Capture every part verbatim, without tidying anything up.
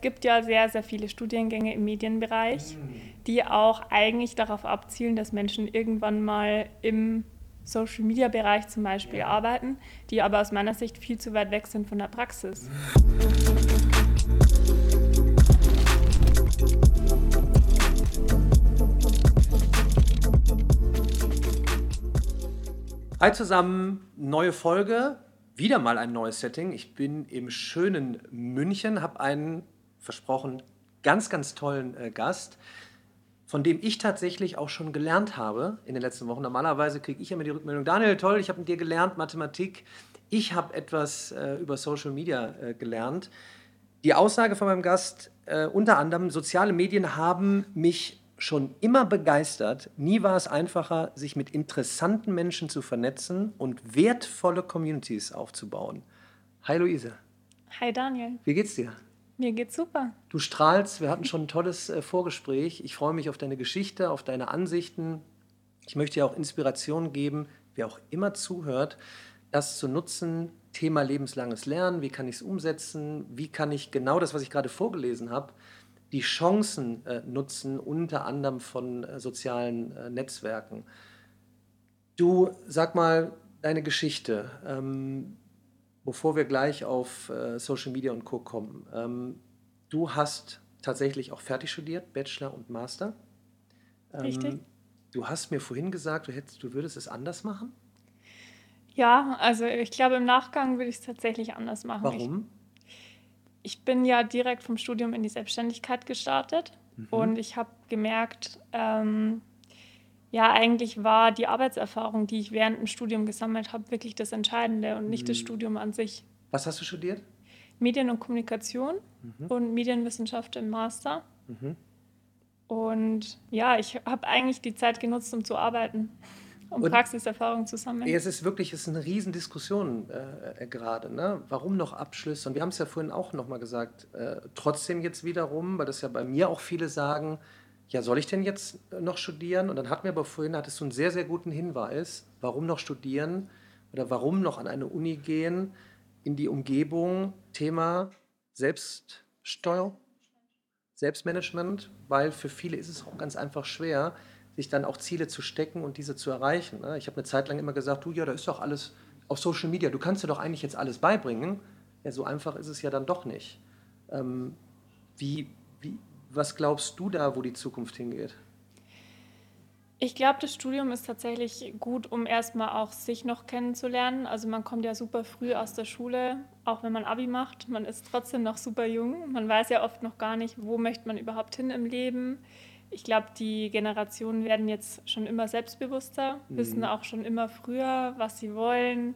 gibt ja sehr, sehr viele Studiengänge im Medienbereich, die auch eigentlich darauf abzielen, dass Menschen irgendwann mal im Social-Media-Bereich zum Beispiel Ja. arbeiten, die aber aus meiner Sicht viel zu weit weg sind von der Praxis. Hi zusammen, neue Folge, wieder mal ein neues Setting. Ich bin im schönen München, habe einen, versprochen, ganz, ganz tollen äh, Gast, von dem ich tatsächlich auch schon gelernt habe in den letzten Wochen. Normalerweise kriege ich immer die Rückmeldung, Daniel, toll, ich habe mit dir gelernt, Mathematik. Ich habe etwas äh, über Social Media äh, gelernt. Die Aussage von meinem Gast, äh, unter anderem, soziale Medien haben mich schon immer begeistert. Nie war es einfacher, sich mit interessanten Menschen zu vernetzen und wertvolle Communities aufzubauen. Hi Luise, Hi Daniel, wie geht's dir? mir geht's super. Du strahlst, wir hatten schon ein tolles äh, Vorgespräch. Ich freue mich auf deine Geschichte, auf deine Ansichten. Ich möchte dir auch Inspiration geben, wer auch immer zuhört, das zu nutzen. Thema lebenslanges Lernen, wie kann ich es umsetzen? Wie kann ich genau das, was ich gerade vorgelesen habe, die Chancen äh, nutzen, unter anderem von äh, sozialen äh, Netzwerken? Du, sag mal deine Geschichte, ähm, bevor wir gleich auf äh, Social Media und Co. kommen. Ähm, du hast tatsächlich auch fertig studiert, Bachelor und Master. Richtig? Ähm, du hast mir vorhin gesagt, du, hättest, du würdest es anders machen. Ja, also ich glaube, im Nachgang würde ich es tatsächlich anders machen. Ich, Warum? ich bin ja direkt vom Studium in die Selbstständigkeit gestartet Mhm. und ich habe gemerkt, ähm, ja, eigentlich war die Arbeitserfahrung, die ich während dem Studium gesammelt habe, wirklich das Entscheidende und nicht das Hm. Studium an sich. Was hast du studiert? Medien und Kommunikation Mhm. und Medienwissenschaft im Master. Mhm. Und ja, ich habe eigentlich die Zeit genutzt, um zu arbeiten, um Und Praxiserfahrung zu sammeln. es ist wirklich, es ist eine Riesendiskussion äh, äh, gerade. Ne? Warum noch Abschlüsse? Und wir haben es ja vorhin auch nochmal gesagt, äh, trotzdem jetzt wiederum, weil das ja bei mir auch viele sagen, ja, soll ich denn jetzt äh, noch studieren? Und dann hatten wir aber vorhin, hattest du einen sehr, sehr guten Hinweis, warum noch studieren oder warum noch an eine Uni gehen, in die Umgebung, Thema Selbststeuer, Selbstmanagement, weil für viele ist es auch ganz einfach schwer, sich dann auch Ziele zu stecken und diese zu erreichen. Ne? Ich habe eine Zeit lang immer gesagt, du, ja, da ist doch alles auf Social Media, du kannst dir doch eigentlich jetzt alles beibringen. Ja, so einfach ist es ja dann doch nicht. Ähm, wie, wie, was glaubst du da, wo die Zukunft hingeht? Ich glaube, das Studium ist tatsächlich gut, um erstmal auch sich noch kennenzulernen. Also man kommt ja super früh aus der Schule, auch wenn man Abi macht. Man ist trotzdem noch super jung. Man weiß ja oft noch gar nicht, wo möchte man überhaupt hin im Leben. Ich glaube, die Generationen werden jetzt schon immer selbstbewusster, wissen Mhm. auch schon immer früher, was sie wollen.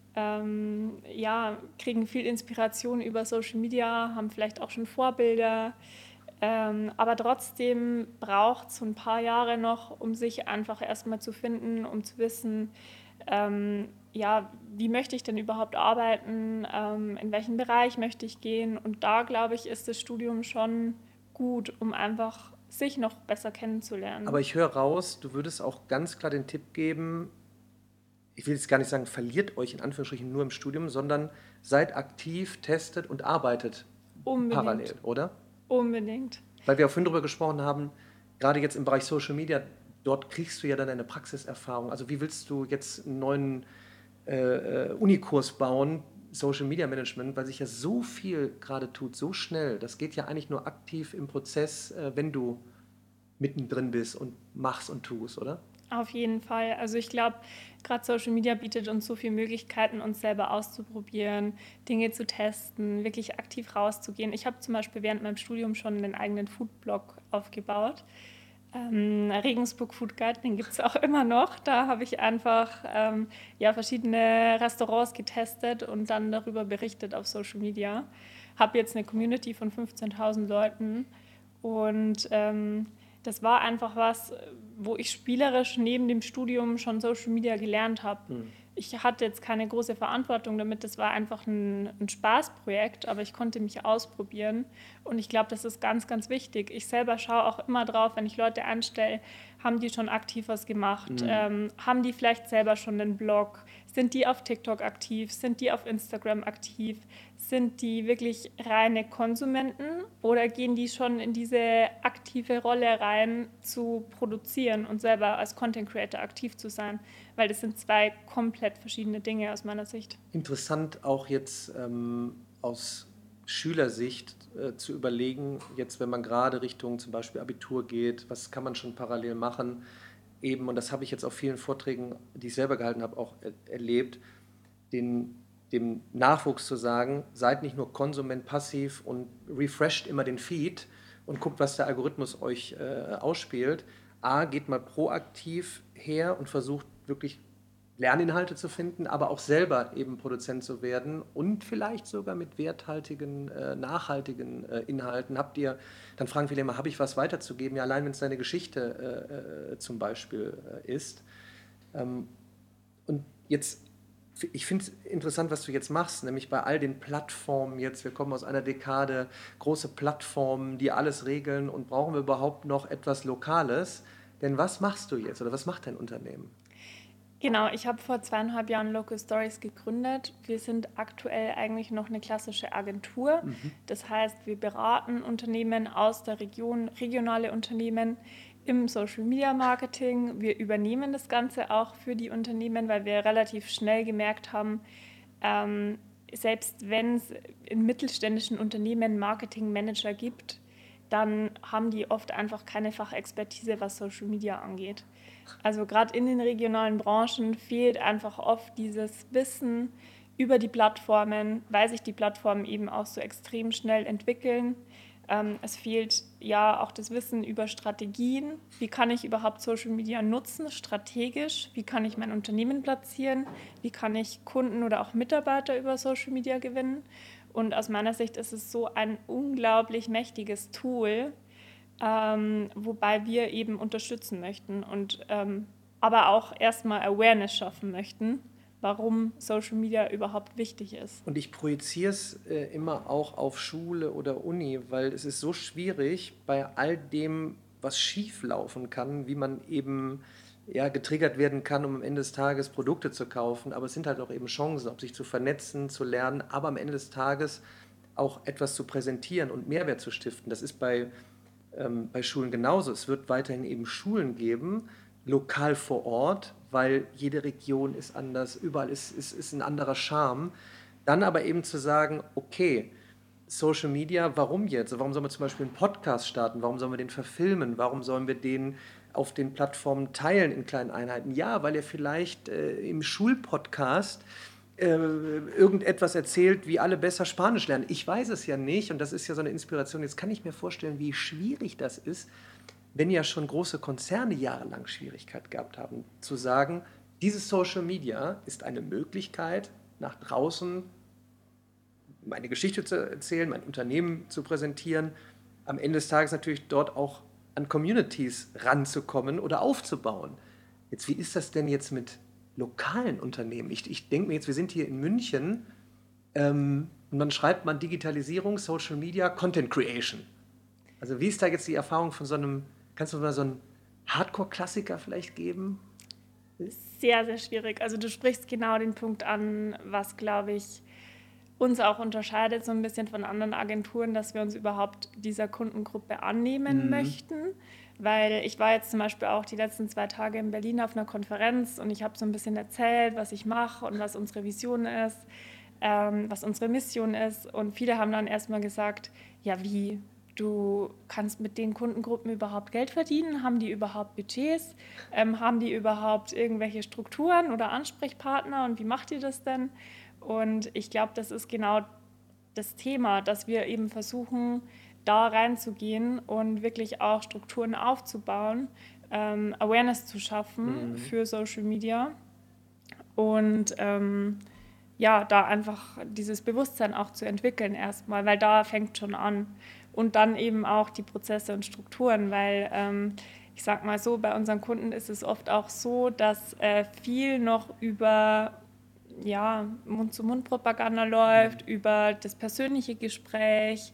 Ähm, ja, kriegen viel Inspiration über Social Media, haben vielleicht auch schon Vorbilder. Ähm, aber trotzdem braucht es so ein paar Jahre noch, um sich einfach erstmal zu finden, um zu wissen, ähm, ja, wie möchte ich denn überhaupt arbeiten, ähm, in welchen Bereich möchte ich gehen. Und da, glaube ich, ist das Studium schon gut, um einfach sich noch besser kennenzulernen. Aber ich höre raus, du würdest auch ganz klar den Tipp geben, ich will jetzt gar nicht sagen, verliert euch in Anführungsstrichen nur im Studium, sondern seid aktiv, testet und arbeitet Unbedingt, parallel, oder? unbedingt. Weil wir auch vorhin darüber gesprochen haben, gerade jetzt im Bereich Social Media, dort kriegst du ja dann eine Praxiserfahrung. Also wie willst du jetzt einen neuen äh, äh, Unikurs bauen, Social Media Management, weil sich ja so viel gerade tut, so schnell. Das geht ja eigentlich nur aktiv im Prozess, äh, wenn du mittendrin bist und machst und tust, oder? Auf jeden Fall. Also ich glaube, gerade Social Media bietet uns so viele Möglichkeiten, uns selber auszuprobieren, Dinge zu testen, wirklich aktiv rauszugehen. Ich habe zum Beispiel während meinem Studium schon einen eigenen Foodblog aufgebaut. Ähm, Regensburg Food Guide, den gibt es auch immer noch. Da habe ich einfach ähm, ja, verschiedene Restaurants getestet und dann darüber berichtet auf Social Media. Habe jetzt eine Community von fünfzehntausend Leuten und ähm, das war einfach was, wo ich spielerisch neben dem Studium schon Social Media gelernt habe. Hm. Ich hatte jetzt keine große Verantwortung damit, das war einfach ein, ein Spaßprojekt, aber ich konnte mich ausprobieren und ich glaube, das ist ganz, ganz wichtig. Ich selber schaue auch immer drauf, wenn ich Leute anstelle, haben die schon aktiv was gemacht, Hm. ähm, haben die vielleicht selber schon einen Blog, Sind die auf TikTok aktiv? Sind die auf Instagram aktiv? Sind die wirklich reine Konsumenten oder gehen die schon in diese aktive Rolle rein, zu produzieren und selber als Content Creator aktiv zu sein? Weil das sind zwei komplett verschiedene Dinge aus meiner Sicht. Interessant auch jetzt ähm, aus Schülersicht äh, zu überlegen, jetzt wenn man gerade Richtung zum Beispiel Abitur geht, was kann man schon parallel machen? Eben, und das habe ich jetzt auf vielen Vorträgen, die ich selber gehalten habe, auch er erlebt, den, dem Nachwuchs zu sagen, seid nicht nur Konsument passiv und refresht immer den Feed und guckt, was der Algorithmus euch äh, ausspielt. A, geht mal proaktiv her und versucht wirklich Lerninhalte zu finden, aber auch selber eben Produzent zu werden und vielleicht sogar mit werthaltigen, äh, nachhaltigen äh, Inhalten. Habt ihr, dann fragen viele immer, habe ich was weiterzugeben? Ja, allein wenn es deine Geschichte äh, äh, zum Beispiel äh, ist. Ähm, und jetzt, ich finde es interessant, was du jetzt machst, nämlich bei all den Plattformen jetzt, wir kommen aus einer Dekade, große Plattformen, die alles regeln und brauchen wir überhaupt noch etwas Lokales? Denn was machst du jetzt oder was macht dein Unternehmen? Genau, ich habe vor zweieinhalb Jahren Local Stories gegründet. Wir sind aktuell eigentlich noch eine klassische Agentur. Mhm. Das heißt, wir beraten Unternehmen aus der Region, regionale Unternehmen im Social Media Marketing. Wir übernehmen das Ganze auch für die Unternehmen, weil wir relativ schnell gemerkt haben, ähm, selbst wenn es in mittelständischen Unternehmen Marketingmanager gibt, dann haben die oft einfach keine Fachexpertise, was Social Media angeht. Also gerade in den regionalen Branchen fehlt einfach oft dieses Wissen über die Plattformen, weil sich die Plattformen eben auch so extrem schnell entwickeln. Ähm, es fehlt ja auch das Wissen über Strategien. Wie kann ich überhaupt Social Media nutzen, strategisch? Wie kann ich mein Unternehmen platzieren? Wie kann ich Kunden oder auch Mitarbeiter über Social Media gewinnen? Und aus meiner Sicht ist es so ein unglaublich mächtiges Tool, ähm, wobei wir eben unterstützen möchten und ähm, aber auch erstmal Awareness schaffen möchten, warum Social Media überhaupt wichtig ist. Und ich projiziere es äh, immer auch auf Schule oder Uni, weil es ist so schwierig bei all dem, was schief laufen kann, wie man eben ja, getriggert werden kann, um am Ende des Tages Produkte zu kaufen. Aber es sind halt auch eben Chancen, ob sich zu vernetzen, zu lernen, aber am Ende des Tages auch etwas zu präsentieren und Mehrwert zu stiften. Das ist bei ähm, bei Schulen genauso. Es wird weiterhin eben Schulen geben, lokal vor Ort, weil jede Region ist anders, überall ist, ist, ist ein anderer Charme. Dann aber eben zu sagen, okay, Social Media, warum jetzt? Warum sollen wir zum Beispiel einen Podcast starten? Warum sollen wir den verfilmen? Warum sollen wir den auf den Plattformen teilen in kleinen Einheiten? Ja, weil er vielleicht äh, im Schulpodcast äh, irgendetwas erzählt, wie alle besser Spanisch lernen. Ich weiß es ja nicht und das ist ja so eine Inspiration. Jetzt kann ich mir vorstellen, wie schwierig das ist, wenn ja schon große Konzerne jahrelang Schwierigkeit gehabt haben, zu sagen, dieses Social Media ist eine Möglichkeit, nach draußen meine Geschichte zu erzählen, mein Unternehmen zu präsentieren, am Ende des Tages natürlich dort auch an Communities ranzukommen oder aufzubauen. Jetzt, wie ist das denn jetzt mit lokalen Unternehmen? Ich, ich denke mir jetzt, wir sind hier in München ähm, und dann schreibt man Digitalisierung, Social Media, Content Creation. Also wie ist da jetzt die Erfahrung von so einem, kannst du mal so einen Hardcore-Klassiker vielleicht geben? Sehr, sehr schwierig. Also du sprichst genau den Punkt an, was, glaube ich, uns auch unterscheidet so ein bisschen von anderen Agenturen, dass wir uns überhaupt dieser Kundengruppe annehmen Mhm. möchten. Weil ich war jetzt zum Beispiel auch die letzten zwei Tage in Berlin auf einer Konferenz und ich habe so ein bisschen erzählt, was ich mache und was unsere Vision ist, ähm, was unsere Mission ist. Und viele haben dann erstmal gesagt, ja wie, du kannst mit den Kundengruppen überhaupt Geld verdienen? Haben die überhaupt Budgets? Ähm, haben die überhaupt irgendwelche Strukturen oder Ansprechpartner? Und wie macht ihr das denn? Und ich glaube, das ist genau das Thema, dass wir eben versuchen, da reinzugehen und wirklich auch Strukturen aufzubauen, ähm, Awareness zu schaffen Mhm. für Social Media und ähm, ja, da einfach dieses Bewusstsein auch zu entwickeln erstmal, weil da fängt schon an. Und dann eben auch die Prozesse und Strukturen, weil ähm, ich sag mal so, bei unseren Kunden ist es oft auch so, dass äh, viel noch über ja, Mund-zu-Mund-Propaganda läuft, über das persönliche Gespräch,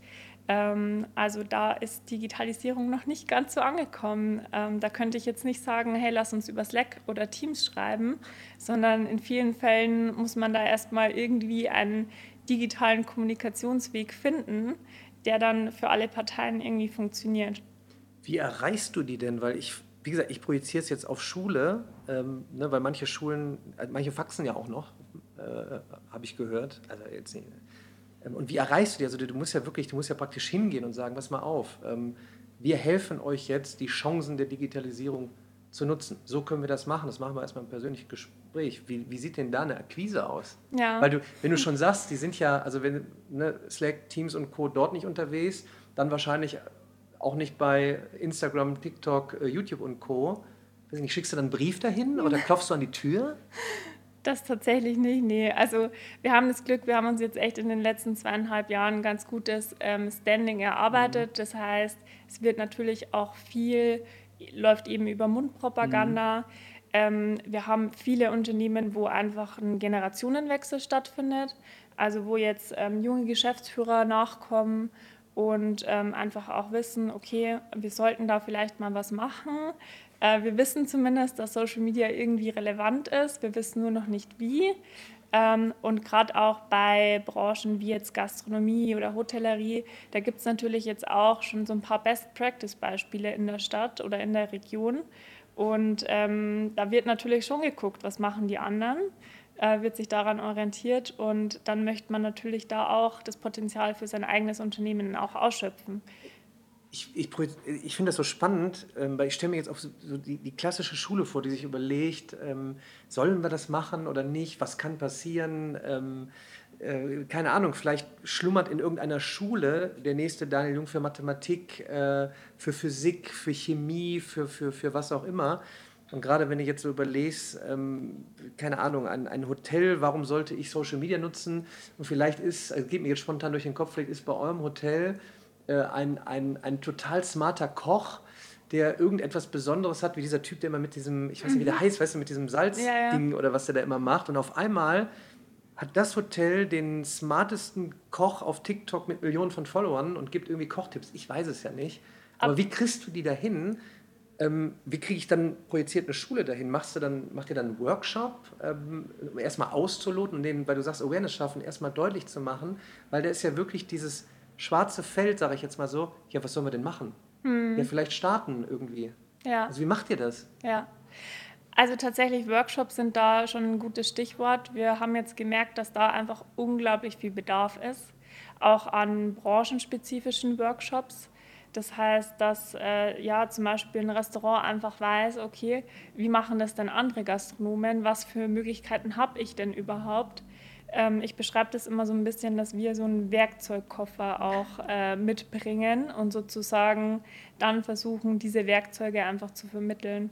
Ähm, also da ist Digitalisierung noch nicht ganz so angekommen. Ähm, da könnte ich jetzt nicht sagen, hey, lass uns über Slack oder Teams schreiben, sondern in vielen Fällen muss man da erstmal irgendwie einen digitalen Kommunikationsweg finden, der dann für alle Parteien irgendwie funktioniert. Wie erreichst du die denn? Weil ich, wie gesagt, ich projiziere es jetzt auf Schule, ähm, ne, weil manche Schulen, äh, manche faxen ja auch noch, äh, habe ich gehört. Also jetzt nicht. Ähm, und wie erreichst du die? Also du, du musst ja wirklich, du musst ja praktisch hingehen und sagen, pass mal auf, ähm, wir helfen euch jetzt, die Chancen der Digitalisierung zu nutzen. So können wir das machen. Das machen wir erstmal im persönlichen Gespräch. Wie, wie sieht denn da eine Akquise aus? Ja. Weil du, wenn du schon sagst, die sind ja, also wenn ne, Slack, Teams und Co. dort nicht unterwegs, dann wahrscheinlich auch nicht bei Instagram, TikTok, äh, YouTube und Co. Weiß nicht, schickst du dann einen Brief dahin oder klopfst du an die Tür? Das tatsächlich nicht, nee. Also wir haben das Glück, wir haben uns jetzt echt in den letzten zweieinhalb Jahren ein ganz gutes ähm, Standing Mhm. erarbeitet. Das heißt, es wird natürlich auch viel, läuft eben über Mhm. Mundpropaganda. Ähm, wir haben viele Unternehmen, wo einfach ein Generationenwechsel stattfindet. Also wo jetzt ähm, junge Geschäftsführer nachkommen und ähm, einfach auch wissen, okay, wir sollten da vielleicht mal was machen. Äh, wir wissen zumindest, dass Social Media irgendwie relevant ist. Wir wissen nur noch nicht wie. Ähm, und gerade auch bei Branchen wie jetzt Gastronomie oder Hotellerie, da gibt es natürlich jetzt auch schon so ein paar Best-Practice-Beispiele in der Stadt oder in der Region. Und ähm, da wird natürlich schon geguckt, was machen die anderen, äh, wird sich daran orientiert und dann möchte man natürlich da auch das Potenzial für sein eigenes Unternehmen auch ausschöpfen. Ich, ich, ich finde das so spannend, ähm, weil ich stelle mir jetzt auch so, so die, die klassische Schule vor, die sich überlegt, ähm, sollen wir das machen oder nicht, was kann passieren, ähm, äh, keine Ahnung, vielleicht schlummert in irgendeiner Schule der nächste Daniel Jung für Mathematik, äh, für Physik, für Chemie, für, für, für was auch immer. Und gerade wenn ich jetzt so überlese, ähm, keine Ahnung, ein, ein Hotel, warum sollte ich Social Media nutzen? Und vielleicht ist, also geht mir jetzt spontan durch den Kopf, vielleicht ist bei eurem Hotel äh, ein, ein, ein total smarter Koch, der irgendetwas Besonderes hat, wie dieser Typ, der immer mit diesem, ich weiß nicht, wie der Mhm. heißt, weißt du, mit diesem Ja, ja. Salzding oder was der da immer macht. Und auf einmal hat das Hotel den smartesten Koch auf TikTok mit Millionen von Followern und gibt irgendwie Kochtipps. Ich weiß es ja nicht. Aber Ab, wie kriegst du die dahin? Ähm, wie kriege ich dann projiziert eine Schule dahin? Machst du dann, macht ihr dann einen Workshop, ähm, um erstmal auszuloten und den, weil du sagst, Awareness schaffen, erstmal deutlich zu machen? Weil da ist ja wirklich dieses schwarze Feld, sage ich jetzt mal so, ja, was sollen wir denn machen? Ja, hm, vielleicht starten irgendwie. ja, Also wie macht ihr das? ja. Also tatsächlich, Workshops sind da schon ein gutes Stichwort. Wir haben jetzt gemerkt, dass da einfach unglaublich viel Bedarf ist, auch an branchenspezifischen Workshops. Das heißt, dass äh, ja zum Beispiel ein Restaurant einfach weiß, okay, wie machen das denn andere Gastronomen? Was für Möglichkeiten habe ich denn überhaupt? Ähm, ich beschreibe das immer so ein bisschen, dass wir so einen Werkzeugkoffer auch äh, mitbringen und sozusagen dann versuchen, diese Werkzeuge einfach zu vermitteln.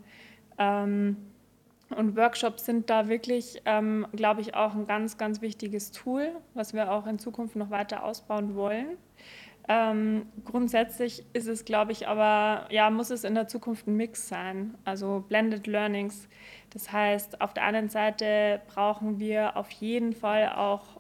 Ähm, und Workshops sind da wirklich, ähm, glaube ich, auch ein ganz, ganz wichtiges Tool, was wir auch in Zukunft noch weiter ausbauen wollen. Ähm, grundsätzlich ist es, glaube ich, aber ja, muss es in der Zukunft ein Mix sein, also Blended Learnings. Das heißt, auf der einen Seite brauchen wir auf jeden Fall auch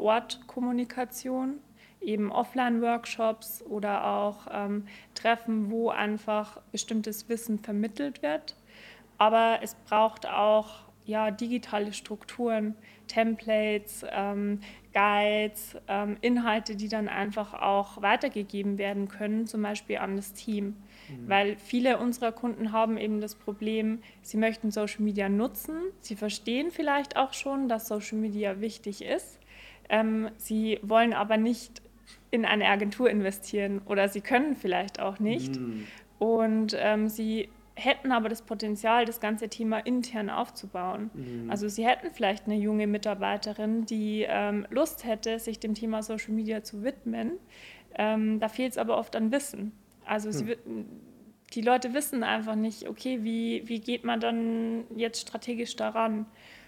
Vor-Ort-Kommunikation, eben Offline-Workshops oder auch ähm, Treffen, wo einfach bestimmtes Wissen vermittelt wird. Aber es braucht auch ja, digitale Strukturen, Templates, ähm, Guides, ähm, Inhalte, die dann einfach auch weitergegeben werden können, zum Beispiel an das Team. Mhm. Weil viele unserer Kunden haben eben das Problem, sie möchten Social Media nutzen, sie verstehen vielleicht auch schon, dass Social Media wichtig ist, ähm, sie wollen aber nicht in eine Agentur investieren oder sie können vielleicht auch nicht. Mhm. Und ähm, sie hätten aber das Potenzial, das ganze Thema intern aufzubauen. Mhm. Also sie hätten vielleicht eine junge Mitarbeiterin, die ähm, Lust hätte, sich dem Thema Social Media zu widmen. Ähm, da fehlt es aber oft an Wissen. Also Hm. sie, die Leute wissen einfach nicht, okay, wie, wie geht man dann jetzt strategisch daran?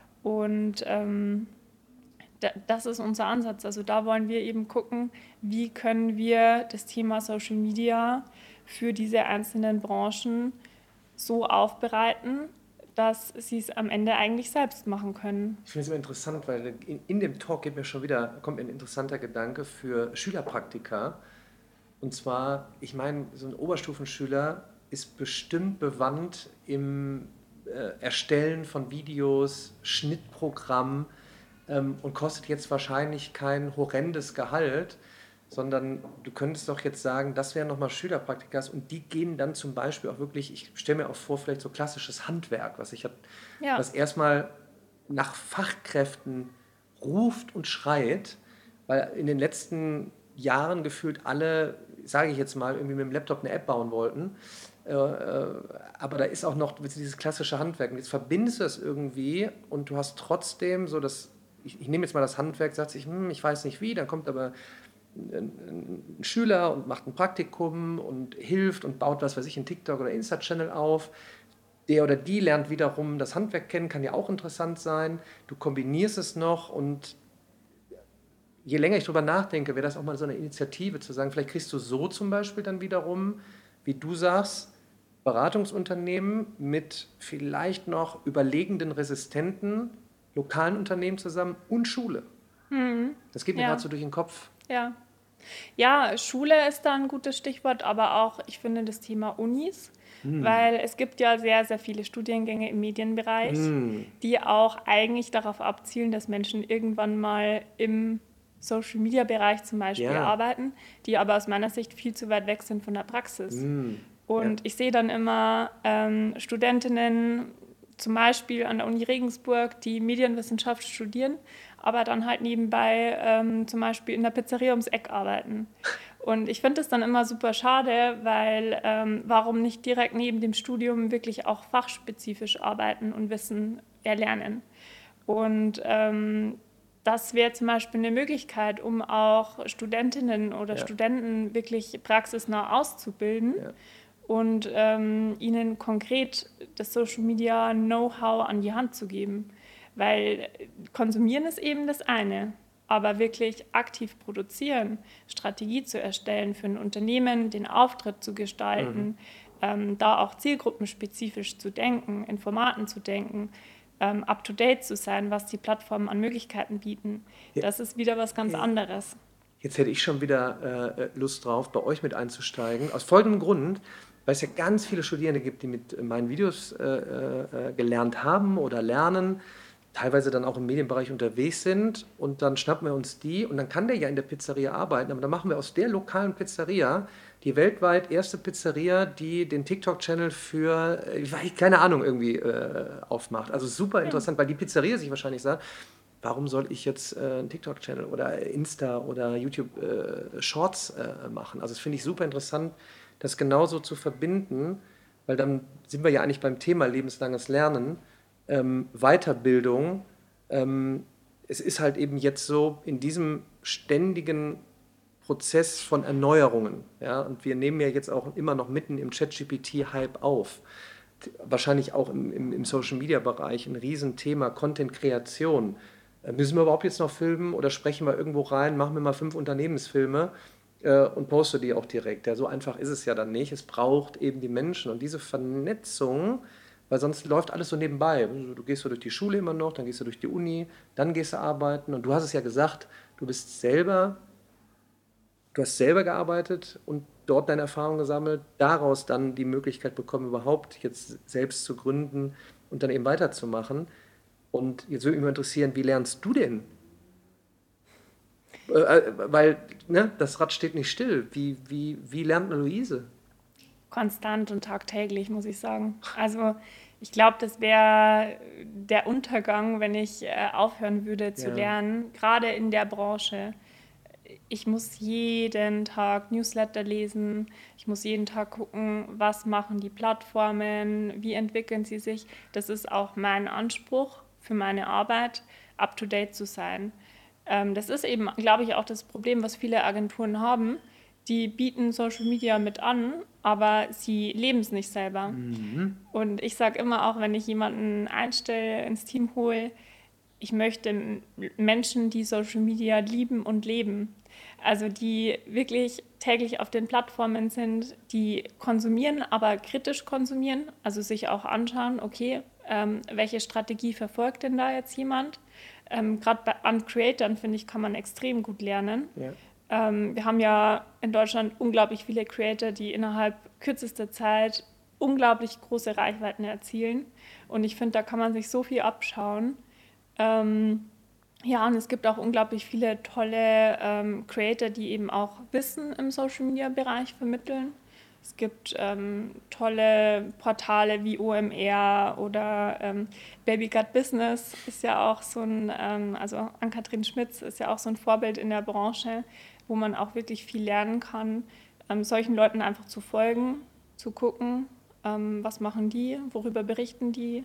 Und ähm, da, das ist unser Ansatz. Also da wollen wir eben gucken, wie können wir das Thema Social Media für diese einzelnen Branchen so aufbereiten, dass sie es am Ende eigentlich selbst machen können. Ich finde es immer interessant, weil in, in dem Talk geht mir schon wieder, kommt mir ein interessanter Gedanke für Schülerpraktika. Und zwar, ich meine, so ein Oberstufenschüler ist bestimmt bewandt im äh, Erstellen von Videos, Schnittprogramm ähm, und kostet jetzt wahrscheinlich kein horrendes Gehalt, sondern du könntest doch jetzt sagen, das wären nochmal Schülerpraktikas und die gehen dann zum Beispiel auch wirklich, ich stelle mir auch vor, vielleicht so klassisches Handwerk, was ich hab, Ja, was erstmal nach Fachkräften ruft und schreit, weil in den letzten Jahren gefühlt alle, sage ich jetzt mal, irgendwie mit dem Laptop eine App bauen wollten. Äh, äh, aber da ist auch noch dieses klassische Handwerk. Und jetzt verbindest du das irgendwie und du hast trotzdem so das, ich, ich nehme jetzt mal das Handwerk, sagt sich, hm, ich weiß nicht wie, dann kommt aber ein, ein Schüler und macht ein Praktikum und hilft und baut, was weiß ich, einen TikTok- oder Insta-Channel auf. Der oder die lernt wiederum das Handwerk kennen, kann ja auch interessant sein. Du kombinierst es noch und je länger ich drüber nachdenke, wäre das auch mal so eine Initiative zu sagen, vielleicht kriegst du so zum Beispiel dann wiederum, wie du sagst, Beratungsunternehmen mit vielleicht noch überlegenden, resistenten lokalen Unternehmen zusammen und Schule. mhm. Das geht mir gerade Ja, so durch den Kopf. ja. Ja, Schule ist da ein gutes Stichwort, aber auch, ich finde, das Thema Unis, Hm. weil es gibt ja sehr, sehr viele Studiengänge im Medienbereich, Hm. die auch eigentlich darauf abzielen, dass Menschen irgendwann mal im Social-Media-Bereich zum Beispiel Ja. arbeiten, die aber aus meiner Sicht viel zu weit weg sind von der Praxis. Hm. Ja. Und ich sehe dann immer ähm, Studentinnen, zum Beispiel an der Uni Regensburg, die Medienwissenschaft studieren, aber dann halt nebenbei ähm, zum Beispiel in der Pizzeria ums Eck arbeiten. Und ich finde es dann immer super schade, weil ähm, warum nicht direkt neben dem Studium wirklich auch fachspezifisch arbeiten und Wissen erlernen? Und ähm, das wäre zum Beispiel eine Möglichkeit, um auch Studentinnen oder Ja. Studenten wirklich praxisnah auszubilden Ja. und ähm, ihnen konkret das Social Media Know-how an die Hand zu geben. Weil konsumieren ist eben das eine, aber wirklich aktiv produzieren, Strategie zu erstellen für ein Unternehmen, den Auftritt zu Mhm. gestalten, ähm, da auch zielgruppenspezifisch zu denken, in Formaten zu denken, ähm, up-to-date zu sein, was die Plattformen an Möglichkeiten bieten. Ja. Das ist wieder was ganz anderes. Jetzt hätte ich schon wieder äh, Lust drauf, bei euch mit einzusteigen. Aus folgendem Grund, weil es ja ganz viele Studierende gibt, die mit meinen Videos äh, äh, gelernt haben oder lernen, teilweise dann auch im Medienbereich unterwegs sind und dann schnappen wir uns die und dann kann der ja in der Pizzeria arbeiten, aber dann machen wir aus der lokalen Pizzeria die weltweit erste Pizzeria, die den TikTok-Channel für, äh, ich weiß, keine Ahnung, irgendwie äh, aufmacht. Also super Ja. interessant, weil die Pizzeria sich wahrscheinlich sagt, warum soll ich jetzt äh, einen TikTok-Channel oder Insta oder YouTube äh, Shorts äh, machen? Also das finde ich super interessant, das genauso zu verbinden, weil dann sind wir ja eigentlich beim Thema lebenslanges Lernen, ähm, Weiterbildung. Ähm, es ist halt eben jetzt so in diesem ständigen Prozess von Erneuerungen, ja, und wir nehmen ja jetzt auch immer noch mitten im ChatGPT-Hype auf. Wahrscheinlich auch im, im, im Social-Media-Bereich ein Riesenthema, Content-Kreation. Äh, Müssen wir überhaupt jetzt noch filmen oder sprechen wir irgendwo rein, machen wir mal fünf Unternehmensfilme äh, und poste die auch direkt. Ja, so einfach ist es ja dann nicht. Es braucht eben die Menschen und diese Vernetzung, weil sonst läuft alles so nebenbei. Also du gehst so durch die Schule immer noch, dann gehst du durch die Uni, dann gehst du arbeiten und du hast es ja gesagt, du bist selber, du hast selber gearbeitet und dort deine Erfahrungen gesammelt, daraus dann die Möglichkeit bekommen, überhaupt jetzt selbst zu gründen und dann eben weiterzumachen. Und jetzt würde mich mal interessieren, wie lernst du denn? Äh, äh, weil ne, das Rad steht nicht still. Wie, wie, wie lernt eine Luise? Konstant und tagtäglich, muss ich sagen. Also ich glaube, das wäre der Untergang, wenn ich äh, aufhören würde zu Ja, lernen, gerade in der Branche. Ich muss jeden Tag Newsletter lesen, ich muss jeden Tag gucken, was machen die Plattformen, wie entwickeln sie sich. Das ist auch mein Anspruch für meine Arbeit, up-to-date zu sein. Ähm, das ist eben, glaube ich, auch das Problem, was viele Agenturen haben. Die bieten Social Media mit an, aber sie leben es nicht selber. mhm. Und ich sage immer auch, wenn ich jemanden einstelle, ins Team hole, ich möchte Menschen, die Social Media lieben und leben. Also die wirklich täglich auf den Plattformen sind, die konsumieren, aber kritisch konsumieren, also sich auch anschauen, okay, ähm, welche Strategie verfolgt denn da jetzt jemand? Ähm, Gerade an Creatern, finde ich, kann man extrem gut lernen. Ja. Ähm, wir haben ja in Deutschland unglaublich viele Creator, die innerhalb kürzester Zeit unglaublich große Reichweiten erzielen. Und ich finde, da kann man sich so viel abschauen. Ähm, ja, und es gibt auch unglaublich viele tolle ähm, Creator, die eben auch Wissen im Social-Media-Bereich vermitteln. Es gibt ähm, tolle Portale wie O M R oder ähm, Baby Got Business ist ja auch so ein, ähm, also Ann-Kathrin Schmitz ist ja auch so ein Vorbild in der Branche, wo man auch wirklich viel lernen kann, ähm, solchen Leuten einfach zu folgen, zu gucken, ähm, was machen die, worüber berichten die.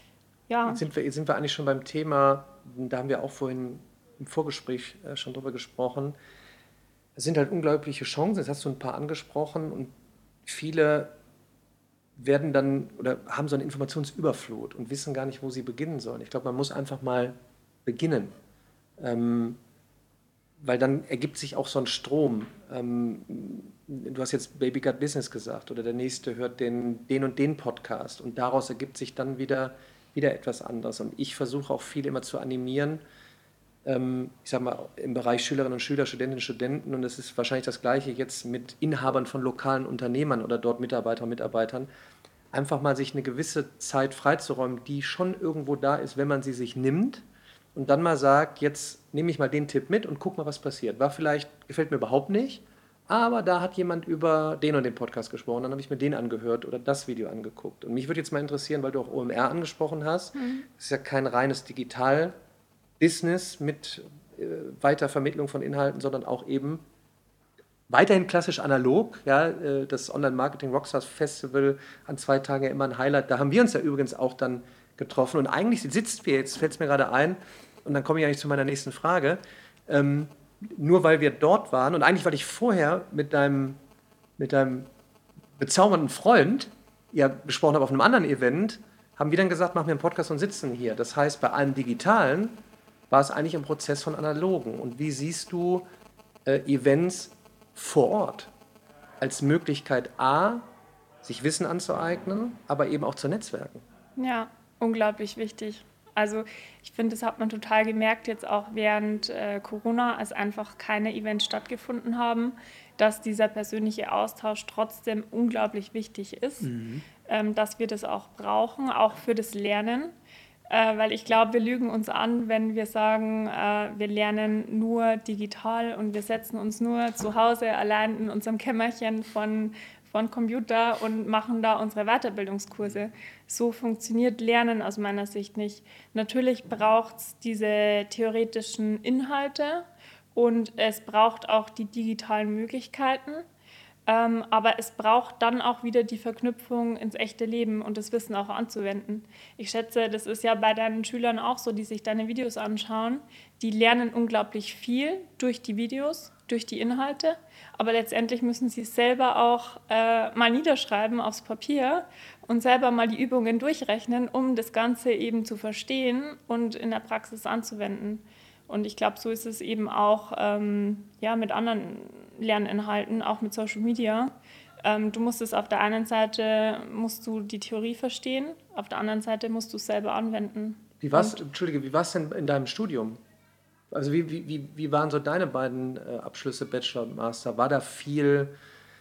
Ja, Jetzt sind wir, jetzt sind wir eigentlich schon beim Thema, da haben wir auch vorhin im Vorgespräch äh, schon drüber gesprochen. Es sind halt unglaubliche Chancen, das hast du ein paar angesprochen und viele werden dann oder haben so eine Informationsüberflut und wissen gar nicht, wo sie beginnen sollen. Ich glaube, man muss einfach mal beginnen, ähm, weil dann ergibt sich auch so ein Strom. Ähm, du hast jetzt Baby Got Business gesagt oder der nächste hört den, den und den Podcast und daraus ergibt sich dann wieder, wieder etwas anderes. Und ich versuche auch viel immer zu animieren, ähm, ich sage mal, im Bereich Schülerinnen und Schüler, Studentinnen und Studenten, und es ist wahrscheinlich das Gleiche jetzt mit Inhabern von lokalen Unternehmern oder dort Mitarbeiter und Mitarbeitern, einfach mal sich eine gewisse Zeit freizuräumen, die schon irgendwo da ist, wenn man sie sich nimmt und dann mal sagt, jetzt nehme ich mal den Tipp mit und guck mal, was passiert. War vielleicht, gefällt mir überhaupt nicht, aber da hat jemand über den und den Podcast gesprochen, dann habe ich mir den angehört oder das Video angeguckt. Und mich würde jetzt mal interessieren, weil du auch O M R angesprochen hast, mhm. das ist ja kein reines Digital-Business mit äh, Weitervermittlung von Inhalten, sondern auch eben weiterhin klassisch analog, ja, äh, das Online-Marketing Rockstars Festival an zwei Tagen ja immer ein Highlight. Da haben wir uns ja übrigens auch dann getroffen und eigentlich sitzt wir, jetzt fällt es mir gerade ein, und dann komme ich eigentlich zu meiner nächsten Frage, ähm, nur weil wir dort waren und eigentlich, weil ich vorher mit deinem, mit deinem bezaubernden Freund ja besprochen habe auf einem anderen Event, haben wir dann gesagt, machen wir einen Podcast und sitzen hier. Das heißt, bei allem Digitalen war es eigentlich ein Prozess von Analogen. Und wie siehst du äh, Events vor Ort als Möglichkeit A, sich Wissen anzueignen, aber eben auch zu netzwerken? Ja, unglaublich wichtig. Also ich finde, das hat man total gemerkt, jetzt auch während äh, Corona, als einfach keine Events stattgefunden haben, dass dieser persönliche Austausch trotzdem unglaublich wichtig ist, Mhm. ähm, dass wir das auch brauchen, auch für das Lernen. Äh, weil ich glaube, wir lügen uns an, wenn wir sagen, äh, wir lernen nur digital und wir setzen uns nur zu Hause allein in unserem Kämmerchen von, von Computer und machen da unsere Weiterbildungskurse. So funktioniert Lernen aus meiner Sicht nicht. Natürlich braucht es diese theoretischen Inhalte und es braucht auch die digitalen Möglichkeiten. Ähm, aber es braucht dann auch wieder die Verknüpfung ins echte Leben und das Wissen auch anzuwenden. Ich schätze, das ist ja bei deinen Schülern auch so, die sich deine Videos anschauen. Die lernen unglaublich viel durch die Videos, durch die Inhalte, aber letztendlich müssen sie es selber auch äh, mal niederschreiben aufs Papier und selber mal die Übungen durchrechnen, um das Ganze eben zu verstehen und in der Praxis anzuwenden. Und ich glaube, so ist es eben auch ähm, ja, mit anderen Lerninhalten, auch mit Social Media. Ähm, du musst es auf der einen Seite, musst du die Theorie verstehen, auf der anderen Seite musst du es selber anwenden. Wie war's, Und Entschuldige, wie war es denn in deinem Studium? Also wie, wie, wie, wie waren so deine beiden äh, Abschlüsse, Bachelor und Master? War da viel,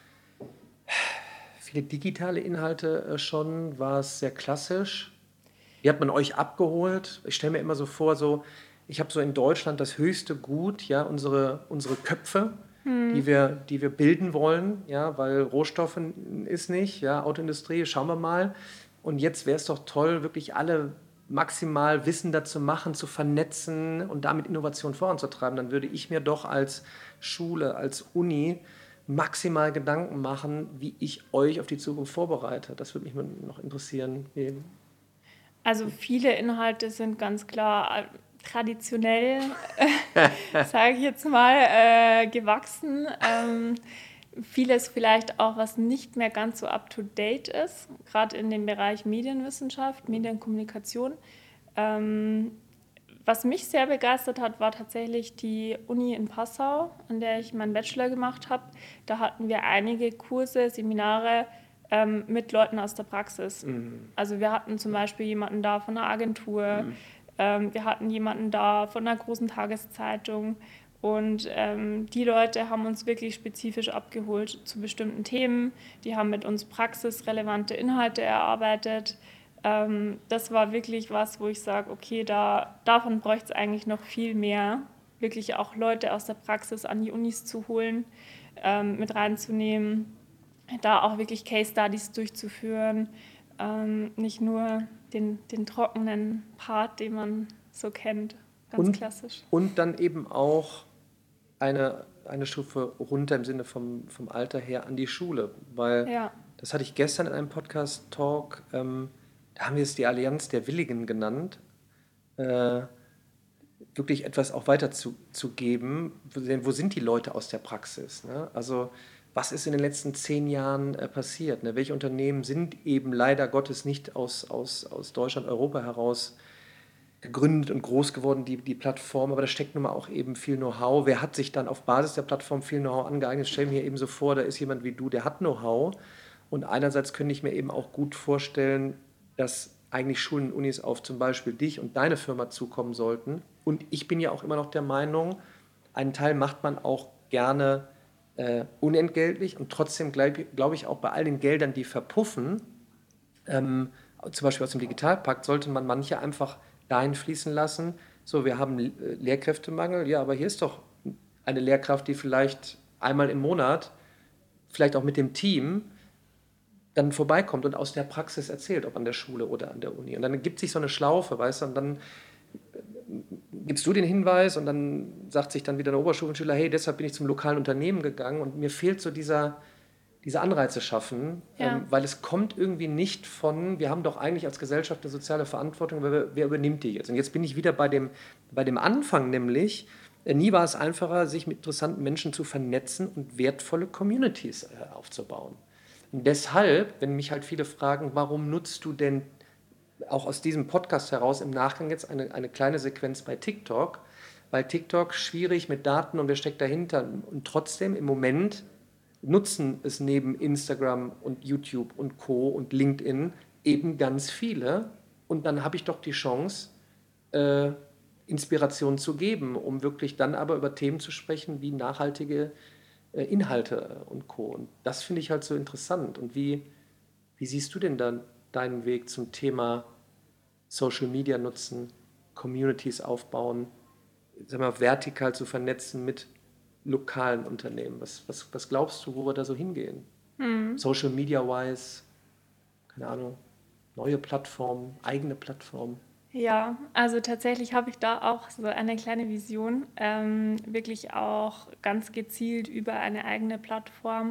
viele digitale Inhalte äh, schon? War es sehr klassisch? Wie hat man euch abgeholt? Ich stelle mir immer so vor, so, ich habe so in Deutschland das höchste Gut, ja, unsere, unsere Köpfe, die wir, die wir bilden wollen, ja, weil Rohstoffe ist nicht, ja, Autoindustrie, schauen wir mal. Und jetzt wäre es doch toll, wirklich alle maximal Wissen dazu machen, zu vernetzen und damit Innovation voranzutreiben. Dann würde ich mir doch als Schule, als Uni maximal Gedanken machen, wie ich euch auf die Zukunft vorbereite. Das würde mich noch interessieren. Wie, also viele Inhalte sind ganz klar äh, traditionell, äh, sage ich jetzt mal, äh, gewachsen. Ähm, vieles vielleicht auch, was nicht mehr ganz so up-to-date ist, gerade in dem Bereich Medienwissenschaft, Medienkommunikation. Ähm, was mich sehr begeistert hat, war tatsächlich die Uni in Passau, an der ich meinen Bachelor gemacht habe. Da hatten wir einige Kurse, Seminare ähm, mit Leuten aus der Praxis. Mhm. Also wir hatten zum Beispiel jemanden da von einer Agentur, Mhm. ähm, wir hatten jemanden da von einer großen Tageszeitung Und ähm, die Leute haben uns wirklich spezifisch abgeholt zu bestimmten Themen. Die haben mit uns praxisrelevante Inhalte erarbeitet. Ähm, das war wirklich was, wo ich sage, okay, da, davon bräuchte es eigentlich noch viel mehr. Wirklich auch Leute aus der Praxis an die Unis zu holen, ähm, mit reinzunehmen, da auch wirklich Case Studies durchzuführen. Ähm, nicht nur den, den trockenen Part, den man so kennt, ganz Und, klassisch. und dann eben auch eine, eine Stufe runter im Sinne vom, vom Alter her an die Schule. Weil Ja, das hatte ich gestern in einem Podcast-Talk, ähm, da haben wir es die Allianz der Willigen genannt, äh, wirklich etwas auch weiterzugeben. Wo, wo sind die Leute aus der Praxis? Ne? Also was ist in den letzten zehn Jahren äh, passiert? Ne? Welche Unternehmen sind eben leider Gottes nicht aus, aus, aus Deutschland, Europa heraus gegründet und groß geworden, die, die Plattform, aber da steckt nun mal auch eben viel Know-how. Wer hat sich dann auf Basis der Plattform viel Know-how angeeignet? Stell mir eben so vor, da ist jemand wie du, der hat Know-how. Und einerseits könnte ich mir eben auch gut vorstellen, dass eigentlich Schulen und Unis auf zum Beispiel dich und deine Firma zukommen sollten. Und ich bin ja auch immer noch der Meinung, einen Teil macht man auch gerne äh, unentgeltlich und trotzdem glaube glaub ich auch bei all den Geldern, die verpuffen, ähm, zum Beispiel aus dem Digitalpakt, sollte man manche einfach dahin fließen lassen. So, wir haben äh, Lehrkräftemangel, ja, aber hier ist doch eine Lehrkraft, die vielleicht einmal im Monat, vielleicht auch mit dem Team, dann vorbeikommt und aus der Praxis erzählt, ob an der Schule oder an der Uni. Und dann gibt sich so eine Schlaufe, weißt du, und dann gibst du den Hinweis und dann sagt sich dann wieder der Oberstufenschüler, hey, deshalb bin ich zum lokalen Unternehmen gegangen und mir fehlt so dieser, diese Anreize schaffen, ja. ähm, weil es kommt irgendwie nicht von, wir haben doch eigentlich als Gesellschaft eine soziale Verantwortung, wer, wer übernimmt die jetzt? Und jetzt bin ich wieder bei dem, bei dem Anfang, nämlich, äh, nie war es einfacher, sich mit interessanten Menschen zu vernetzen und wertvolle Communities äh, aufzubauen. Und deshalb, wenn mich halt viele fragen, warum nutzt du denn auch aus diesem Podcast heraus im Nachgang jetzt eine, eine kleine Sequenz bei TikTok, weil TikTok schwierig mit Daten und wer steckt dahinter und trotzdem im Moment nutzen es neben Instagram und YouTube und Co. und LinkedIn eben ganz viele. Und dann habe ich doch die Chance, äh, Inspiration zu geben, um wirklich dann aber über Themen zu sprechen wie nachhaltige äh, Inhalte und Co. Und das finde ich halt so interessant. Und wie, wie siehst du denn dann deinen Weg zum Thema Social Media nutzen, Communities aufbauen, sag mal, vertikal zu vernetzen mit lokalen Unternehmen? Was, was, was glaubst du, wo wir da so hingehen? Hm. Social Media-wise, keine Ahnung, neue Plattformen, eigene Plattformen. Ja, also tatsächlich habe ich da auch so eine kleine Vision, ähm, wirklich auch ganz gezielt über eine eigene Plattform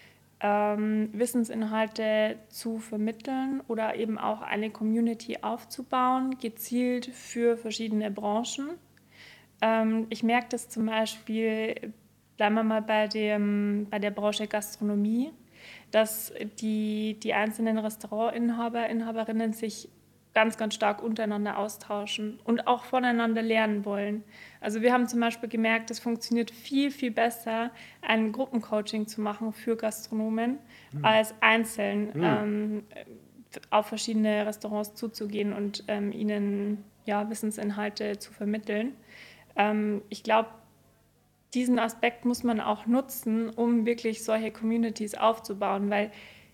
ähm, Wissensinhalte zu vermitteln oder eben auch eine Community aufzubauen, gezielt für verschiedene Branchen. Ähm, ich merke das zum Beispiel, bleiben wir mal bei, dem, bei der Branche Gastronomie, dass die, die einzelnen Restaurantinhaber, Inhaberinnen sich ganz, ganz stark untereinander austauschen und auch voneinander lernen wollen. Also wir haben zum Beispiel gemerkt, es funktioniert viel, viel besser, ein Gruppencoaching zu machen für Gastronomen, als einzeln Hm. ähm, auf verschiedene Restaurants zuzugehen und ähm, ihnen ja, Wissensinhalte zu vermitteln. Ähm, ich glaube, diesen Aspekt muss man auch nutzen, um wirklich solche Communities aufzubauen, weil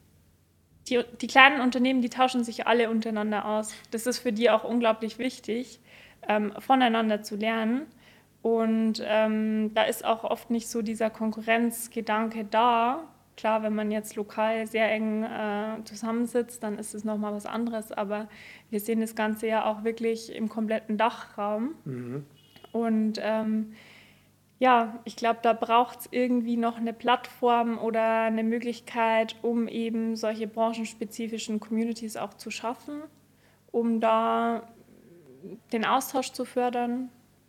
die, die kleinen Unternehmen, die tauschen sich alle untereinander aus. Das ist für die auch unglaublich wichtig, ähm, voneinander zu lernen. Und ähm, da ist auch oft nicht so dieser Konkurrenzgedanke da. Klar, wenn man jetzt lokal sehr eng äh, zusammensitzt, dann ist es nochmal was anderes. Aber wir sehen das Ganze ja auch wirklich im kompletten Dachraum. Mhm. Und ähm, ja, ich glaube, da braucht es irgendwie noch eine Plattform oder eine Möglichkeit, um eben solche branchenspezifischen Communities auch zu schaffen, um da den Austausch zu fördern,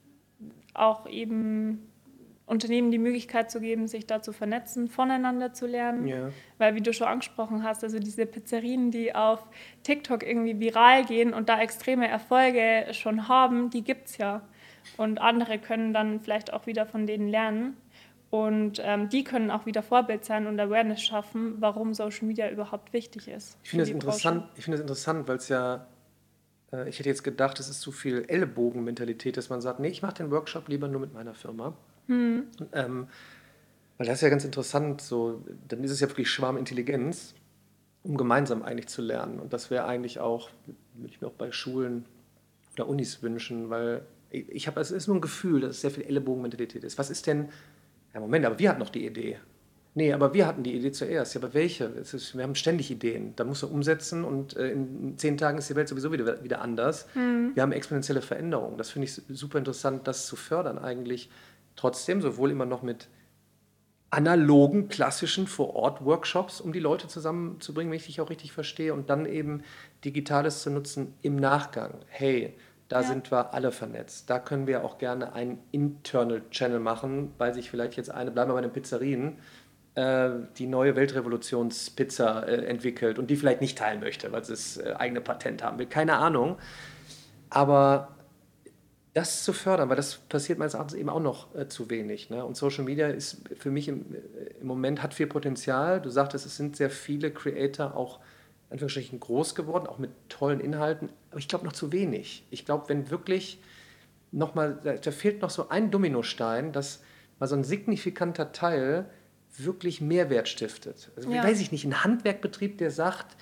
auch eben Unternehmen die Möglichkeit zu geben, sich da zu vernetzen, voneinander zu lernen. Ja. Weil, wie du schon angesprochen hast, also diese Pizzerien, die auf TikTok irgendwie viral gehen und da extreme Erfolge schon haben, die gibt es ja. Und andere können dann vielleicht auch wieder von denen lernen. Und ähm, die können auch wieder Vorbild sein und Awareness schaffen, warum Social Media überhaupt wichtig ist Ich für finde es die interessant, Branche. ich finde es interessant, weil es ja, äh, ich hätte jetzt gedacht, es ist zu viel Ellbogenmentalität, dass man sagt, nee, ich mache den Workshop lieber nur mit meiner Firma. Mhm. Ähm, weil das ist ja ganz interessant, so, dann ist es ja wirklich Schwarmintelligenz, um gemeinsam eigentlich zu lernen. Und das wäre eigentlich auch, würde ich mir auch bei Schulen oder Unis wünschen, weil ich habe, es ist nur ein Gefühl, dass es sehr viel Ellenbogenmentalität ist. Was ist denn, ja Moment, aber wir hatten noch die Idee. Nee, aber wir hatten die Idee zuerst. Ja, aber welche? Es ist, wir haben ständig Ideen. Da musst du umsetzen und äh, in zehn Tagen ist die Welt sowieso wieder, wieder anders. Mhm. Wir haben exponentielle Veränderungen. Das finde ich super interessant, das zu fördern eigentlich. Trotzdem, sowohl immer noch mit analogen, klassischen Vor-Ort-Workshops, um die Leute zusammenzubringen, wenn ich dich auch richtig verstehe, und dann eben Digitales zu nutzen im Nachgang. Hey, da Ja. sind wir alle vernetzt. Da können wir auch gerne einen Internal Channel machen, weil sich vielleicht jetzt eine, bleiben wir bei den Pizzerien, äh, die neue Weltrevolutionspizza äh, entwickelt und die vielleicht nicht teilen möchte, weil sie das äh, eigene Patent haben will. Keine Ahnung. Aber das zu fördern, weil das passiert meines Erachtens eben auch noch äh, zu wenig. Ne? Und Social Media ist für mich im, äh, im Moment hat viel Potenzial. Du sagtest, es sind sehr viele Creator auch in Anführungsstrichen groß geworden, auch mit tollen Inhalten. Aber ich glaube noch zu wenig. Ich glaube, wenn wirklich noch mal, da, da fehlt noch so ein Dominostein, dass mal so ein signifikanter Teil wirklich Mehrwert stiftet. Also Ja. weiß ich nicht, ein Handwerkbetrieb, der sagt,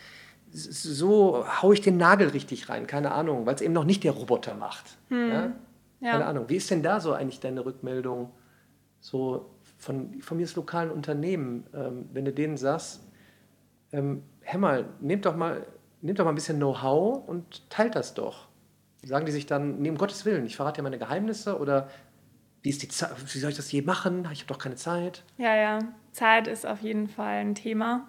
so haue ich den Nagel richtig rein, keine Ahnung, weil es eben noch nicht der Roboter macht. Ja? Mhm. Keine Ja. Ahnung. Wie ist denn da so eigentlich deine Rückmeldung so von, von mir als lokalen Unternehmen, ähm, wenn du denen sagst, ähm, hör mal, nehmt doch mal, nehmt doch mal ein bisschen Know-how und teilt das doch. Sagen die sich dann, nee, um Gottes Willen, ich verrate ja meine Geheimnisse oder wie ist die Zeit, wie soll ich das je machen? Ich habe doch keine Zeit. Ja, ja. Zeit ist auf jeden Fall ein Thema.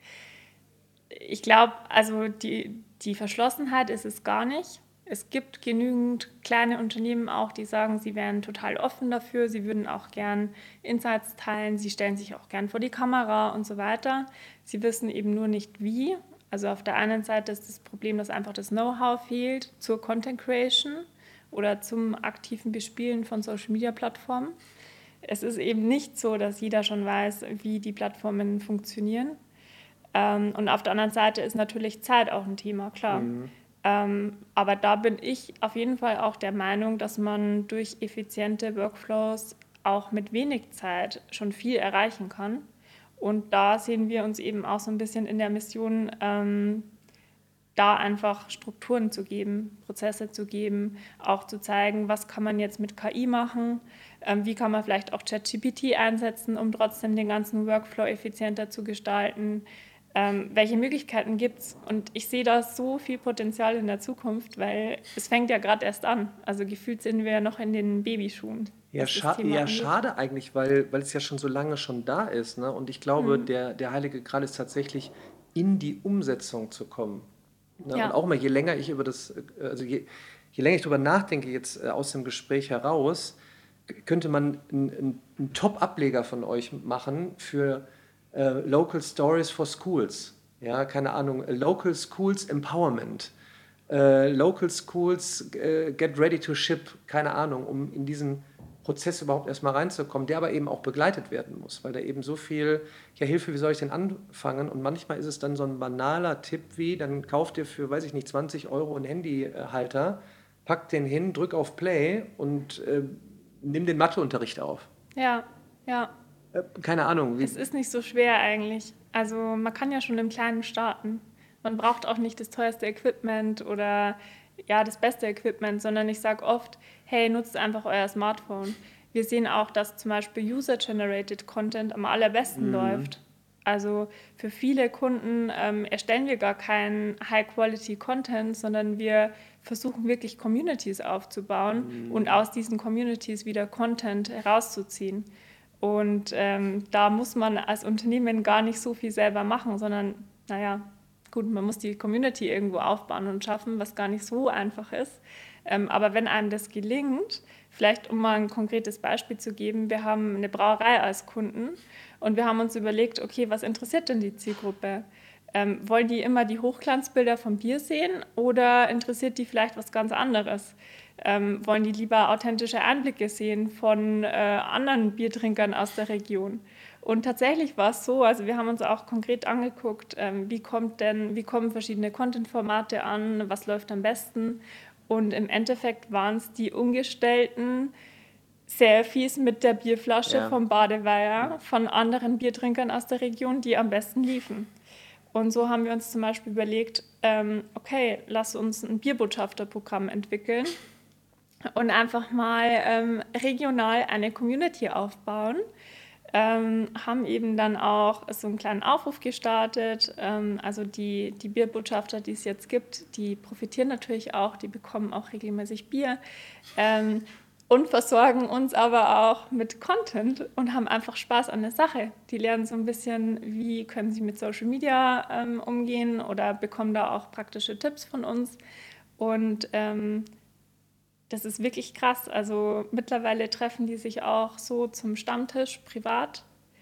Ich glaube, also die, die Verschlossenheit ist es gar nicht. Es gibt genügend kleine Unternehmen auch, die sagen, sie wären total offen dafür, sie würden auch gern Insights teilen, sie stellen sich auch gern vor die Kamera und so weiter. Sie wissen eben nur nicht wie. Also auf der einen Seite ist das Problem, dass einfach das Know-how fehlt zur Content Creation oder zum aktiven Bespielen von Social-Media-Plattformen. Es ist eben nicht so, dass jeder schon weiß, wie die Plattformen funktionieren. Ähm, und auf der anderen Seite ist natürlich Zeit auch ein Thema, klar. Mhm. Ähm, aber da bin ich auf jeden Fall auch der Meinung, dass man durch effiziente Workflows auch mit wenig Zeit schon viel erreichen kann. Und da sehen wir uns eben auch so ein bisschen in der Mission, ähm, da einfach Strukturen zu geben, Prozesse zu geben, auch zu zeigen, was kann man jetzt mit K I machen, ähm, wie kann man vielleicht auch ChatGPT einsetzen, um trotzdem den ganzen Workflow effizienter zu gestalten. Ähm, welche Möglichkeiten gibt es? Und ich sehe da so viel Potenzial in der Zukunft, weil es fängt ja gerade erst an. Also gefühlt sind wir ja noch in den Babyschuhen, Ja, was das scha Thema ja, angeht. schade eigentlich, weil, weil es ja schon so lange schon da ist. Ne? Und ich glaube, Hm. der, der heilige Gral ist tatsächlich, in die Umsetzung zu kommen. Ne? Und Ja, auch immer, je länger ich über das, äh, also je, je länger ich darüber nachdenke, jetzt äh, aus dem Gespräch heraus, k- könnte man einen einen Top-Ableger von euch machen für äh, Local Stories for Schools. Ja, keine Ahnung, äh, Local Schools Empowerment. Äh, Local Schools äh, Get Ready to Ship, keine Ahnung, um in diesen Prozess überhaupt erstmal reinzukommen, der aber eben auch begleitet werden muss, weil da eben so viel, ja Hilfe, wie soll ich denn anfangen? Und manchmal ist es dann so ein banaler Tipp wie, dann kauft ihr für, weiß ich nicht, zwanzig Euro einen Handyhalter, packt den hin, drück auf Play und äh, nimm den Matheunterricht auf. ja, ja. Äh, keine Ahnung, wie, Es ist nicht so schwer eigentlich. Also man kann ja schon im Kleinen starten. Man braucht auch nicht das teuerste Equipment oder ja, das beste Equipment, sondern ich sage oft, hey, nutzt einfach euer Smartphone. Wir sehen auch, dass zum Beispiel User-Generated Content am allerbesten mhm. läuft. Also für viele Kunden ähm, erstellen wir gar keinen High-Quality-Content, sondern wir versuchen wirklich Communities aufzubauen und Mhm. aus diesen Communities wieder Content herauszuziehen. Und ähm, da muss man als Unternehmen gar nicht so viel selber machen, sondern, naja, gut, man muss die Community irgendwo aufbauen und schaffen, was gar nicht so einfach ist. Ähm, aber wenn einem das gelingt, vielleicht um mal ein konkretes Beispiel zu geben, wir haben eine Brauerei als Kunden und wir haben uns überlegt, okay, was interessiert denn die Zielgruppe? Ähm, wollen die immer die Hochglanzbilder vom Bier sehen oder interessiert die vielleicht was ganz anderes? Ähm, wollen die lieber authentische Einblicke sehen von äh, anderen Biertrinkern aus der Region? Und tatsächlich war es so, also wir haben uns auch konkret angeguckt, ähm, wie kommt denn, wie kommen verschiedene Content-Formate an, was läuft am besten? Und im Endeffekt waren es die umgestellten Selfies mit der Bierflasche Ja. vom Badeweiher von anderen Biertrinkern aus der Region, die am besten liefen. Und so haben wir uns zum Beispiel überlegt, ähm, okay, lass uns ein Bierbotschafterprogramm entwickeln und einfach mal ähm, regional eine Community aufbauen. Ähm, haben eben dann auch so einen kleinen Aufruf gestartet. Ähm, also die, die Bierbotschafter, die es jetzt gibt, die profitieren natürlich auch, die bekommen auch regelmäßig Bier. Ähm, und versorgen uns aber auch mit Content und haben einfach Spaß an der Sache. Die lernen so ein bisschen, wie können sie mit Social Media ähm, umgehen oder bekommen da auch praktische Tipps von uns. Und ähm, das ist wirklich krass. Also mittlerweile treffen die sich auch so zum Stammtisch privat.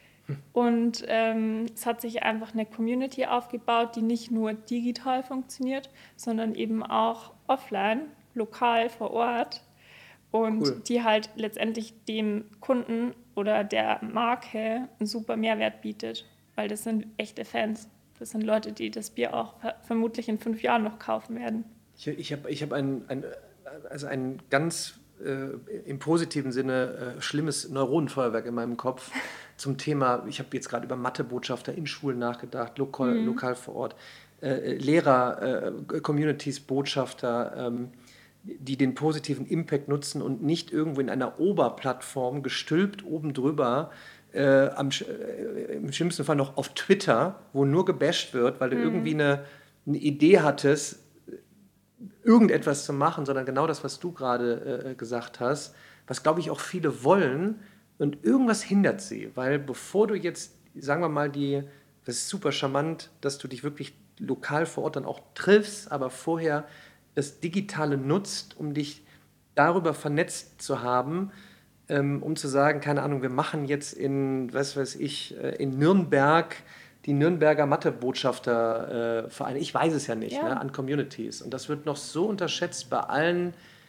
Und ähm, es hat sich einfach eine Community aufgebaut, die nicht nur digital funktioniert, sondern eben auch offline, lokal vor Ort. Cool. Und die halt letztendlich dem Kunden oder der Marke einen super Mehrwert bietet, weil das sind echte Fans. Das sind Leute, die das Bier auch ver- vermutlich in fünf Jahren noch kaufen werden. Ich, ich habe ich hab ein, ein, also ein ganz äh, im positiven Sinne äh, schlimmes Neuronenfeuerwerk in meinem Kopf zum Thema, ich habe jetzt gerade über Mathebotschafter in Schulen nachgedacht, lokal, Mhm. lokal vor Ort, äh, Lehrer, äh, Communities, Botschafter, ähm, die den positiven Impact nutzen und nicht irgendwo in einer Oberplattform gestülpt oben drüber, äh, am, sch- äh, im schlimmsten Fall noch auf Twitter, wo nur gebasht wird, weil du irgendwie Mhm. eine, eine Idee hattest, irgendetwas zu machen, sondern genau das, was du gerade äh, gesagt hast, was glaube ich auch viele wollen und irgendwas hindert sie, weil bevor du jetzt, sagen wir mal, die, das ist super charmant, dass du dich wirklich lokal vor Ort dann auch triffst, aber vorher das Digitale nutzt, um dich darüber vernetzt zu haben, ähm, um zu sagen, keine Ahnung, wir machen jetzt in, was weiß ich, äh, in Nürnberg die Nürnberger Mathebotschaftervereine, ich weiß es ja nicht, ne, Ja, an Communities. Und das wird noch so unterschätzt bei allen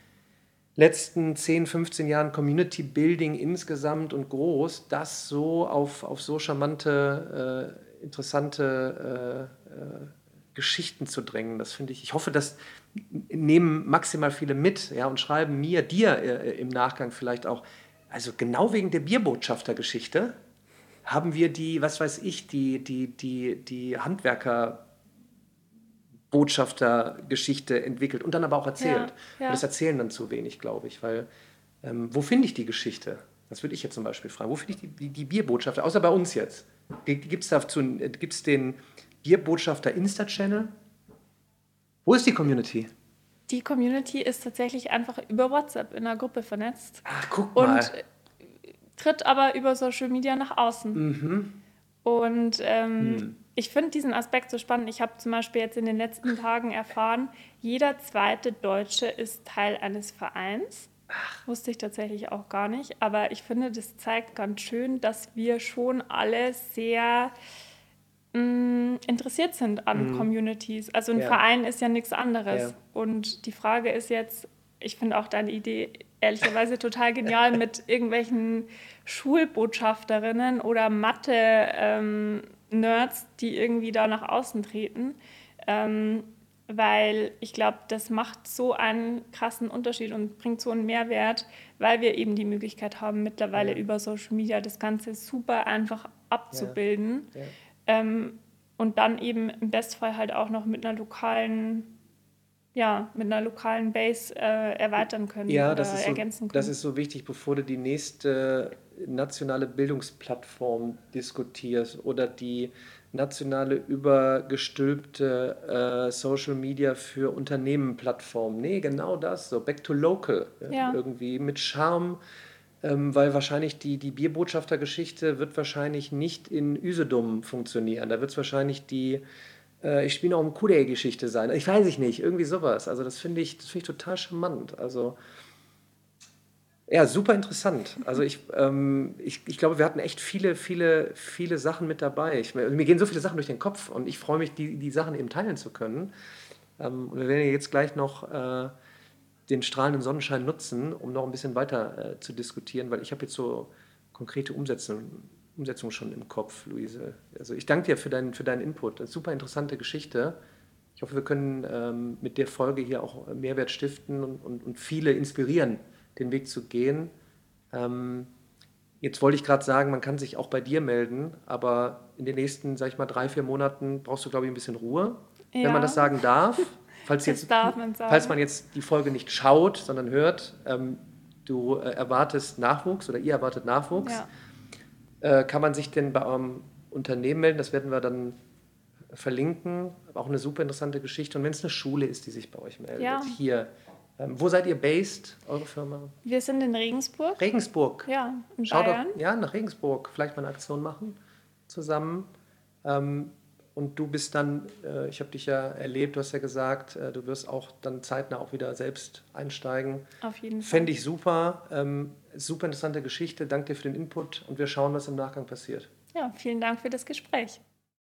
letzten zehn, fünfzehn Jahren Community Building insgesamt und groß, das so auf, auf so charmante, äh, interessante äh, äh, Geschichten zu drängen. Das finde ich, ich hoffe, das nehmen maximal viele mit, ja, und schreiben mir, dir äh, im Nachgang vielleicht auch, also genau wegen der Bierbotschaftergeschichte haben wir die, was weiß ich, die, die, die, die Handwerker-Botschafter-Geschichte entwickelt und dann aber auch erzählt. ja, Und das ja. erzählen dann zu wenig, glaube ich, weil ähm, wo finde ich die Geschichte? Das würde ich jetzt zum Beispiel fragen. Wo finde ich die, die, die Bierbotschafter? Außer bei uns jetzt. Gibt es dazu, gibt's den Bierbotschafter Insta-Channel? Wo ist die Community? Die Community ist tatsächlich einfach über WhatsApp in einer Gruppe vernetzt Ach, guck und mal. äh, tritt aber über Social Media nach außen. Mhm. Und ähm, Hm. ich finde diesen Aspekt so spannend. Ich habe zum Beispiel jetzt in den letzten Tagen erfahren, jeder zweite Deutsche ist Teil eines Vereins. Wusste ich tatsächlich auch gar nicht. Aber ich finde, das zeigt ganz schön, dass wir schon alle sehr mh, interessiert sind an Mhm. Communities. Also ein Ja, Verein ist ja nichts ja. anderes. Und die Frage ist jetzt, ich finde auch deine Idee ehrlicherweise total genial mit irgendwelchen Schulbotschafterinnen oder Mathe-Nerds, die irgendwie da nach außen treten. Ähm, weil ich glaube, das macht so einen krassen Unterschied und bringt so einen Mehrwert, weil wir eben die Möglichkeit haben, mittlerweile Ja, über Social Media das Ganze super einfach ja, abzubilden. ja. Ähm, und dann eben im Bestfall halt auch noch mit einer lokalen, ja, mit einer lokalen Base äh, erweitern können Ja, oder das ist so, ergänzen das können. ist so wichtig, bevor du die nächste nationale Bildungsplattform diskutierst oder die nationale übergestülpte äh, Social Media für Unternehmen Plattform. Nee, genau das, so back to local, ja, Ja, irgendwie mit Charme, ähm, weil wahrscheinlich die, die Bierbotschaftergeschichte wird wahrscheinlich nicht in Usedom funktionieren. Da wird es wahrscheinlich die äh, ich spiele auch im Kool-Aid-Geschichte sein. Ich weiß ich nicht, irgendwie sowas. Also das finde ich, das finde ich total charmant. Also ja, super interessant. Also ich, ähm, ich, ich glaube, wir hatten echt viele, viele, viele Sachen mit dabei. Ich, mir gehen so viele Sachen durch den Kopf und ich freue mich, die, die Sachen eben teilen zu können. Ähm, und wir werden ja jetzt gleich noch äh, den strahlenden Sonnenschein nutzen, um noch ein bisschen weiter äh, zu diskutieren, weil ich habe jetzt so konkrete Umsetzung, Umsetzung schon im Kopf, Luise. Also ich danke dir für, dein, für deinen Input. Das ist eine super interessante Geschichte. Ich hoffe, wir können ähm, mit der Folge hier auch Mehrwert stiften und, und, und viele inspirieren, den Weg zu gehen. Ähm, jetzt wollte ich gerade sagen, man kann sich auch bei dir melden, aber in den nächsten, sag ich mal, drei, vier Monaten brauchst du, glaube ich, ein bisschen Ruhe, wenn man das Ja, sagen darf. Falls das jetzt, darf man falls sagen. man jetzt die Folge nicht schaut, sondern hört, ähm, du äh, erwartest Nachwuchs oder ihr erwartet Nachwuchs, Ja, äh, kann man sich denn bei eurem Unternehmen melden? Das werden wir dann verlinken. Aber auch eine super interessante Geschichte. Und wenn es eine Schule ist, die sich bei euch meldet, ja. hier. Ähm, wo seid ihr based, eure Firma? Wir sind in Regensburg, Regensburg. ja, in Schaut doch, Bayern. ja, nach Regensburg. Vielleicht mal eine Aktion machen zusammen. Ähm, und du bist dann, äh, ich habe dich ja erlebt, du hast ja gesagt, äh, du wirst auch dann zeitnah auch wieder selbst einsteigen. Auf jeden Fall. Fände ich super. Ähm, super interessante Geschichte. Danke dir für den Input und wir schauen, was im Nachgang passiert. Ja, vielen Dank für das Gespräch.